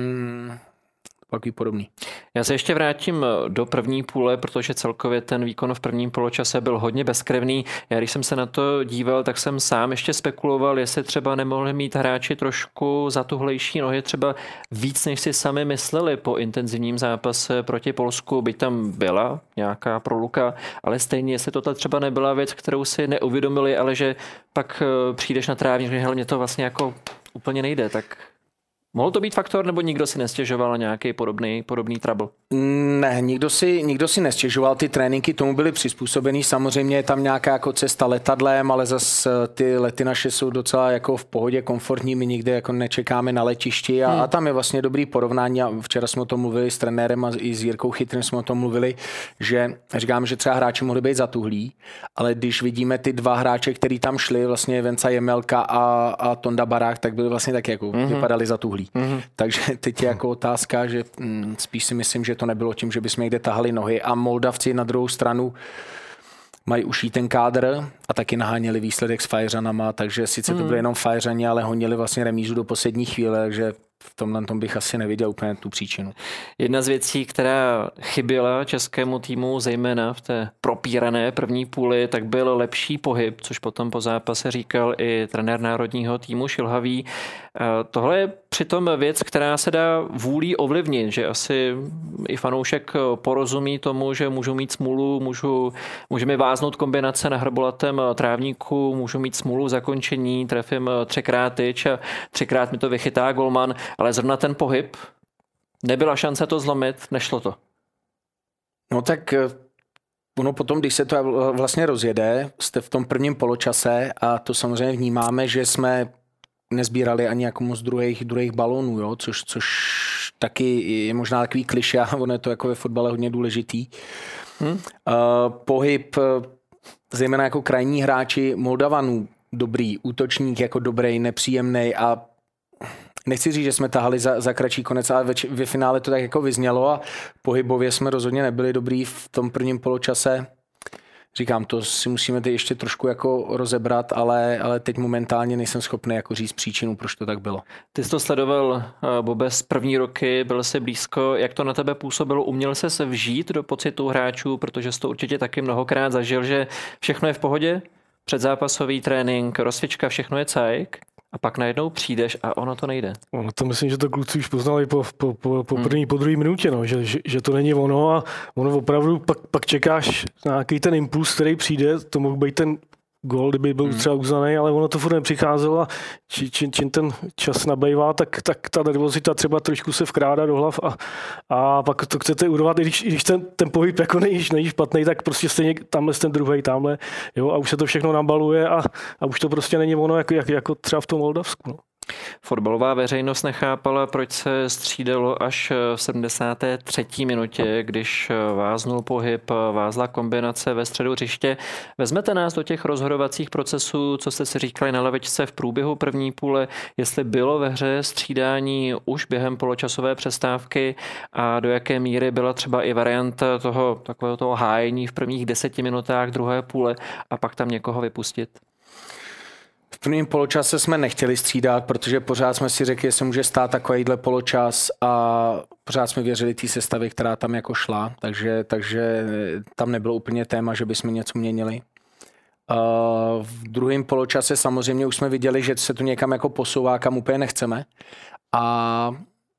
takový podobný. Já se ještě vrátím do první půle, protože celkově ten výkon v prvním poločase byl hodně bezkrevný. Já když jsem se na to díval, tak jsem sám ještě spekuloval, jestli třeba nemohli mít hráči trošku zatuhlejší nohy, třeba víc, než si sami mysleli po intenzivním zápase proti Polsku, byť tam byla nějaká proluka, ale stejně, jestli to třeba nebyla věc, kterou si neuvědomili, ale že pak přijdeš na trávník, že mě to vlastně jako úplně nejde, tak mohl to být faktor, nebo nikdo si nestěžoval na nějaký podobný trouble? Ne, nikdo si nestěžoval, ty tréninky tomu byly přizpůsobený, samozřejmě je tam nějaká jako cesta letadlem, ale zase ty lety naše jsou docela jako v pohodě, komfortní, my nikde jako nečekáme na letišti a tam je vlastně dobrý porovnání a včera jsme o tom mluvili s trenérem a i s Jirkou Chytrým jsme o tom mluvili, že říkáme, že třeba hráči mohli být zatuhlí, ale když vidíme ty dva hráče, který tam šli, vlastně Venca Jemelka a Tonda Barák, tak byli vlastně tak jako vypadali zatuhlí. Takže teď je jako otázka, že spíš si myslím, že to nebylo tím, že bychom někde tahali nohy a Moldavci na druhou stranu mají uší ten kádr a taky naháněli výsledek s Fajeřanama, takže sice to byly jenom Fajeřani, ale honili vlastně remízu do poslední chvíle, takže v tomhle tom bych asi neviděl úplně tu příčinu. Jedna z věcí, která chyběla českému týmu, zejména v té propírané první půli, tak byl lepší pohyb, což potom po zápase říkal i trenér národního týmu Šilhavý. Tohle je přitom věc, která se dá vůlí ovlivnit, že asi i fanoušek porozumí tomu, že můžu mít smůlu, můžeme váznout kombinace na hrbolatém trávníku, můžu mít smůlu v zakončení, trefím 3x tyč a 3x mi to vychytá golman, ale zrovna ten pohyb, nebyla šance to zlomit, nešlo to. No tak ono potom, když se to vlastně rozjede, jste v tom prvním poločase a to samozřejmě vnímáme, že jsme nezbírali ani jako moc druhých balónů, jo? Což taky je možná takový klišé, a ono je to jako ve fotbale hodně důležitý. Pohyb, zejména jako krajní hráči Moldavanů, dobrý, útočník jako dobrý, nepříjemný a nechci říct, že jsme tahali za kratší konec, ale ve finále to tak jako vyznělo a pohybově jsme rozhodně nebyli dobrý v tom prvním poločase. říkám, to si musíme teď ještě trošku jako rozebrat, ale teď momentálně nejsem schopný jako říct příčinu, proč to tak bylo. Ty jsi to sledoval, Bobe, z první roky, byl jsi blízko. Jak to na tebe působilo? Uměl jsi se vžít do pocitu hráčů, protože jsi to určitě taky mnohokrát zažil, že všechno je v pohodě? Předzápasový trénink, rozcvička, všechno je cajk? A pak najednou přijdeš a ono to nejde. No to myslím, že to kluci už poznali po první, po druhé minutě, no, že to není ono a ono opravdu pak čekáš na nějaký ten impuls, který přijde, to mohl být ten gól, kdyby byl třeba uznaný, ale ono to furt nepřicházelo a čím ten čas nabývá, tak ta nervozita třeba trošku se vkrádá do hlav a pak to chcete urvat, i když ten pohyb jako není špatný, tak prostě stejně tamhle ten druhej, tamhle, jo, a už se to všechno nabaluje a už to prostě není ono, jako třeba v tom Moldavsku. No. Fotbalová veřejnost nechápala, proč se střídalo až v 73. minutě, když váznul pohyb, vázla kombinace ve středu hřiště. Vezmete nás do těch rozhodovacích procesů, co jste si říkali na lavičce v průběhu první půle, jestli bylo ve hře střídání už během poločasové přestávky a do jaké míry byla třeba i varianta toho hájení v prvních 10 minutách druhé půle a pak tam někoho vypustit? V prvním poločase jsme nechtěli střídat, protože pořád jsme si řekli, že se může stát takovýhle poločas a pořád jsme věřili té sestavě, která tam jako šla, takže tam nebylo úplně téma, že bychom něco měnili. V druhém poločase samozřejmě už jsme viděli, že se tu někam jako posouvá, kam úplně nechceme. A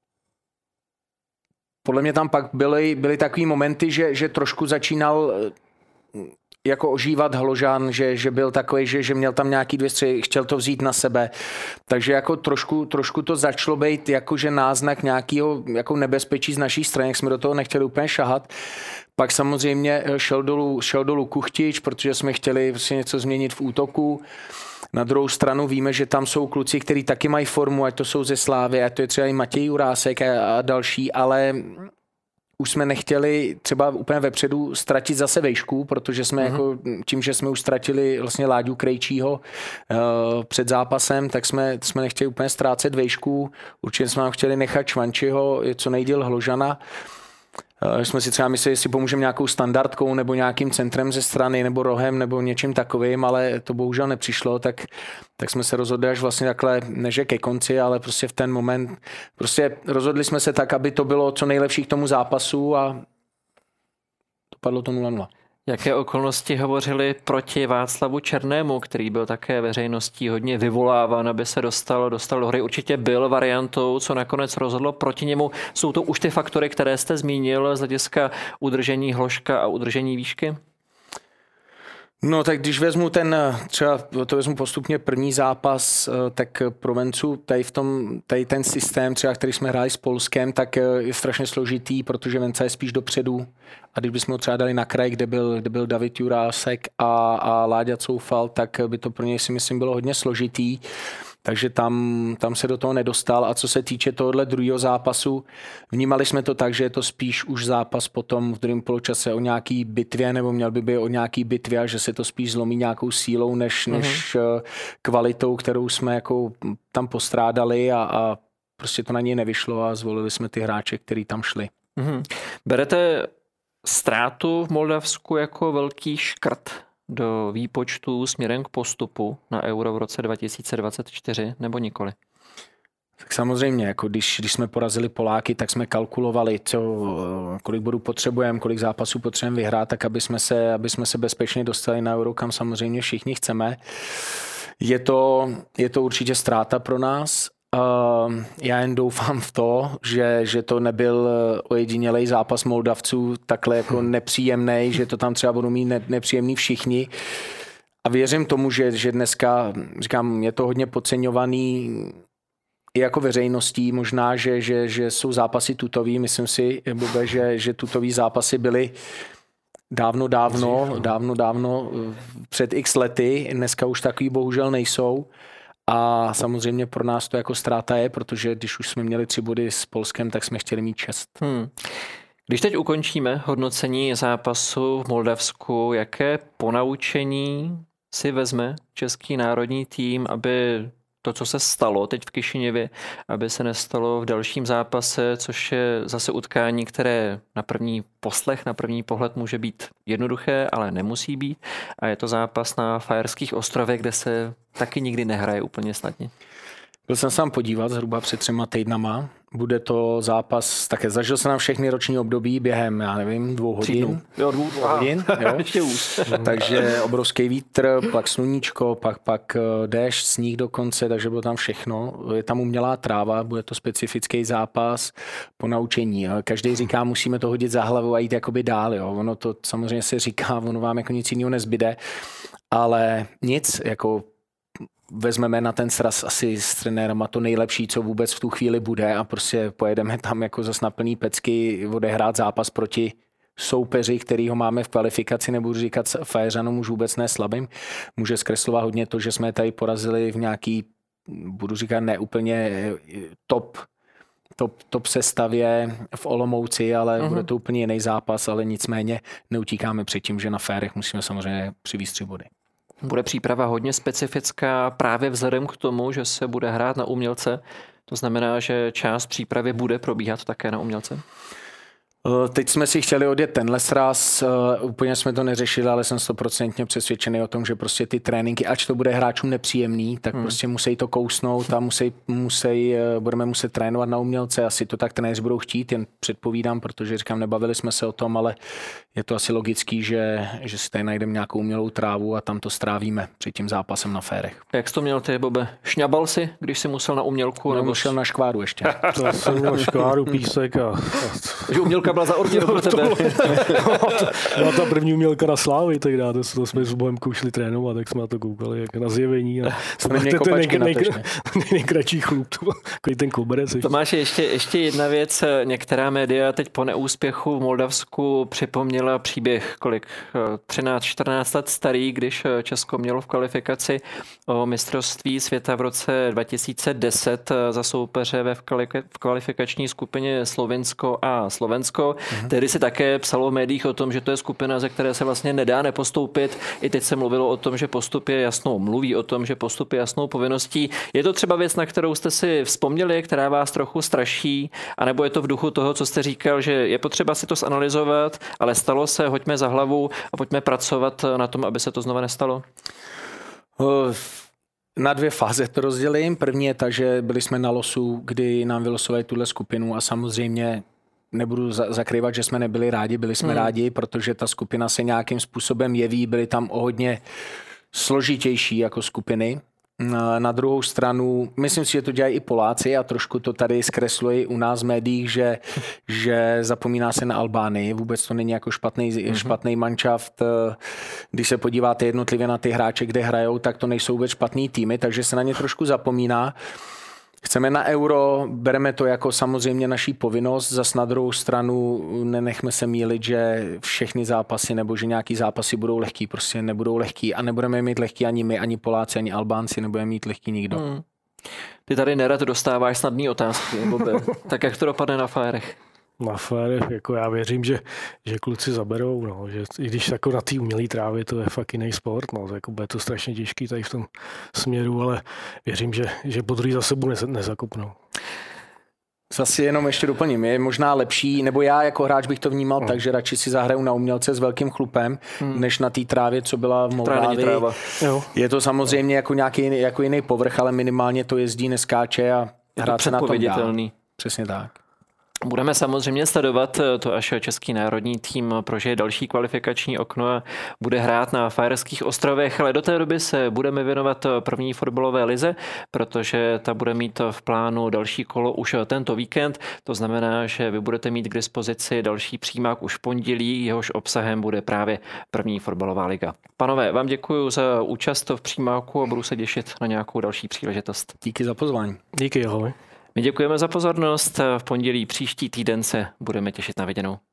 podle mě tam pak byly takový momenty, že trošku začínal jako ožívat Hložan, že byl takový, že měl tam nějaký 2 střely, chtěl to vzít na sebe. Takže jako trošku to začalo být jakože náznak nějakého jako nebezpečí z naší strany, jak jsme do toho nechtěli úplně šahat. Pak samozřejmě šel dolů Kuchtič, protože jsme chtěli prostě něco změnit v útoku. Na druhou stranu víme, že tam jsou kluci, kteří taky mají formu, ať to jsou ze Slávy, ať to je třeba i Matěj Jurásek a další, ale už jsme nechtěli třeba úplně vepředu ztratit zase vejšku, protože jsme jako tím, že jsme už ztratili vlastně Láďu Krejčího před zápasem, tak jsme nechtěli úplně ztrácet vejšku. Určitě jsme nám chtěli nechat Švančiho, co nejdýl Hložana. Jsme si třeba mysleli, jestli pomůžeme nějakou standardkou nebo nějakým centrem ze strany nebo rohem nebo něčím takovým, ale to bohužel nepřišlo, tak jsme se rozhodli až vlastně takhle, než ke konci, ale prostě v ten moment, prostě rozhodli jsme se tak, aby to bylo co nejlepší k tomu zápasu a dopadlo to 0-0. Jaké okolnosti hovořily proti Václavu Černému, který byl také veřejností hodně vyvoláván, aby se dostal do hry? Určitě byl variantou, co nakonec rozhodlo proti němu. Jsou to už ty faktory, které jste zmínil z hlediska udržení Hložka a udržení výšky? No tak když vezmu to vezmu postupně první zápas, tak pro Vencu tady ten systém, třeba, který jsme hráli s Polskem, tak je strašně složitý, protože Venca je spíš dopředu. A když bychom ho třeba dali na kraj, kde byl David Jurásek a Láďa Coufal, tak by to pro něj si myslím bylo hodně složitý. Takže tam se do toho nedostal. A co se týče tohohle druhého zápasu, vnímali jsme to tak, že je to spíš už zápas potom v druhém poločase o nějaký bitvě, nebo měl by být o nějaký bitvě, a že se to spíš zlomí nějakou sílou, než kvalitou, kterou jsme jako tam postrádali a prostě to na něj nevyšlo a zvolili jsme ty hráče, který tam šli. Berete ztrátu v Moldavsku jako velký škrt do výpočtu směrem k postupu na Euro v roce 2024 nebo nikoli? Tak samozřejmě, jako když jsme porazili Poláky, tak jsme kalkulovali, kolik bodů potřebujeme, kolik zápasů potřebujeme vyhrát, tak aby jsme se bezpečně dostali na Euro, kam samozřejmě všichni chceme. Je to určitě ztráta pro nás. Já jen doufám v to, že to nebyl ojedinělej zápas Moldavců takhle jako nepříjemný, že to tam třeba budou mít nepříjemný všichni. A věřím tomu, že dneska, říkám, je to hodně podceňovaný i jako veřejností, možná, že jsou zápasy tutový. Myslím si, Bobe, že tutový zápasy byly dávno před x lety. Dneska už takový bohužel nejsou. A samozřejmě pro nás to jako ztráta je, protože když už jsme měli 3 body s Polskem, tak jsme chtěli mít 6. Když teď ukončíme hodnocení zápasu v Moldavsku, jaké ponaučení si vezme český národní tým, aby to, co se stalo teď v Kišiněvě, aby se nestalo v dalším zápase, což je zase utkání, které na první poslech, na první pohled může být jednoduché, ale nemusí být. A je to zápas na Fajerských ostrovech, kde se taky nikdy nehraje úplně snadně. Byl jsem sám podívat zhruba před 3 týdnama. Bude to zápas, také zažil jsem na všechny roční období během, já nevím, 2 hodin. Jo, 2 hodin. Jo. Ještě už. Takže obrovský vítr, pak sluníčko, pak déšť, sníh dokonce, takže bylo tam všechno. Je tam umělá tráva, bude to specifický zápas po naučení. Každý říká, musíme to hodit za hlavu a jít jakoby dál. Jo. Ono to samozřejmě se říká, ono vám jako nic jiného nezbyde, ale nic, jako vezmeme na ten sraz asi s trenérama to nejlepší, co vůbec v tu chvíli bude a prostě pojedeme tam jako zas na plný pecky odehrát zápas proti soupeři, kterýho máme v kvalifikaci, nebudu říkat Fajeřanům už vůbec ne slabým. Může zkreslovat hodně to, že jsme tady porazili v nějaký, budu říkat ne úplně top sestavě v Olomouci, ale bude to úplně jiný zápas, ale nicméně neutíkáme před tím, že na férech musíme samozřejmě přivést 3 body. Bude příprava hodně specifická právě vzhledem k tomu, že se bude hrát na umělce. To znamená, že část přípravy bude probíhat také na umělce? Teď jsme si chtěli odjet tenhle sraz, úplně jsme to neřešili, ale jsem 100% přesvědčený o tom, že prostě ty tréninky, ač to bude hráčům nepříjemný, tak prostě musí to kousnout a budeme muset trénovat na umělce. Asi to tak trenéři budou chtít, jen předpovídám, protože říkám, nebavili jsme se o tom, ale je to asi logický, že si tady najdeme nějakou umělou trávu a tam to strávíme před tím zápasem na férech. Jak jsi to měl ty, Bobe? Šňabal si, když jsi musel na umělku? Nebo šel na škváru ještě. To jsem měl škváru, písek a... Že umělka byla za orděl pro tebe. Byla ta první umělka na Slávy, tehdy, to jsme s Bohemkou šli trénovat, tak jsme na to koukali, jak na zjevení. A nejkratší chlup, takový ten koberec. Tomáš, ještě jedna věc. Některá média teď po neúspěchu v Moldavsku připomněla příběh, 13-14 let starý, když Česko mělo v kvalifikaci o mistrovství světa v roce 2010 za soupeře v kvalifikační skupině Slovinsko a Slovensko. Tehdy se také psalo v médiích o tom, že to je skupina, ze které se vlastně nedá nepostoupit. I teď se mluvilo o tom, že postup je jasnou, mluví o tom, že postup je jasnou povinností. Je to třeba věc, na kterou jste si vzpomněli, která vás trochu straší, anebo je to v duchu toho, co jste říkal, že je potřeba si to zanalyzovat, ale stalo se, hoďme za hlavu a pojďme pracovat na tom, aby se to znova nestalo? Na 2 fáze to rozdělím. První je ta, že byli jsme na losu, kdy nám vylosovali tuhle skupinu a samozřejmě nebudu zakrývat, že jsme nebyli rádi, byli jsme rádi, protože ta skupina se nějakým způsobem jeví, byly tam o hodně složitější jako skupiny. Na druhou stranu, myslím si, že to dělají i Poláci a trošku to tady zkreslují u nás v médiích, že zapomíná se na Albánii. Vůbec to není jako špatný manšaft. Když se podíváte jednotlivě na ty hráče, kde hrajou, tak to nejsou vůbec špatný týmy, takže se na ně trošku zapomíná. Chceme na Euro, bereme to jako samozřejmě naší povinnost, zas na druhou stranu nenechme se mýlit, že všechny zápasy nebo že nějaký zápasy budou lehký, prostě nebudou lehký a nebudeme mít lehký ani my, ani Poláci, ani Albánci, nebudeme mít lehký nikdo. Ty tady nerad dostáváš snadné otázky, Bobe. Tak jak to dopadne na férech? Na férech, jako já věřím, že kluci zaberou, no, že i když jako na té umělé trávě to je fakt jiný sport, no, jako bude to strašně těžký tady v tom směru, ale věřím, že po druhý za sebou nezakopnou. Zase jenom ještě doplním, je možná lepší, nebo já jako hráč bych to vnímal tak, že radši si zahraju na umělce s velkým chlupem, než na té trávě, co byla v Moldávii. Je to samozřejmě jako jiný povrch, ale minimálně to jezdí, neskáče a hrát se na tom dá. Přesně tak. Budeme samozřejmě sledovat to, až český národní tým prožije další kvalifikační okno a bude hrát na Fajerských ostrovech, ale do té doby se budeme věnovat první fotbalové lize, protože ta bude mít v plánu další kolo už tento víkend. To znamená, že vy budete mít k dispozici další přímák už v pondělí, jehož obsahem bude právě první fotbalová liga. Panové, vám děkuji za účast v přímáku a budu se těšit na nějakou další příležitost. Díky za pozvání. Díky, ahoj. My děkujeme za pozornost. V pondělí příští týden se budeme těšit na viděnou.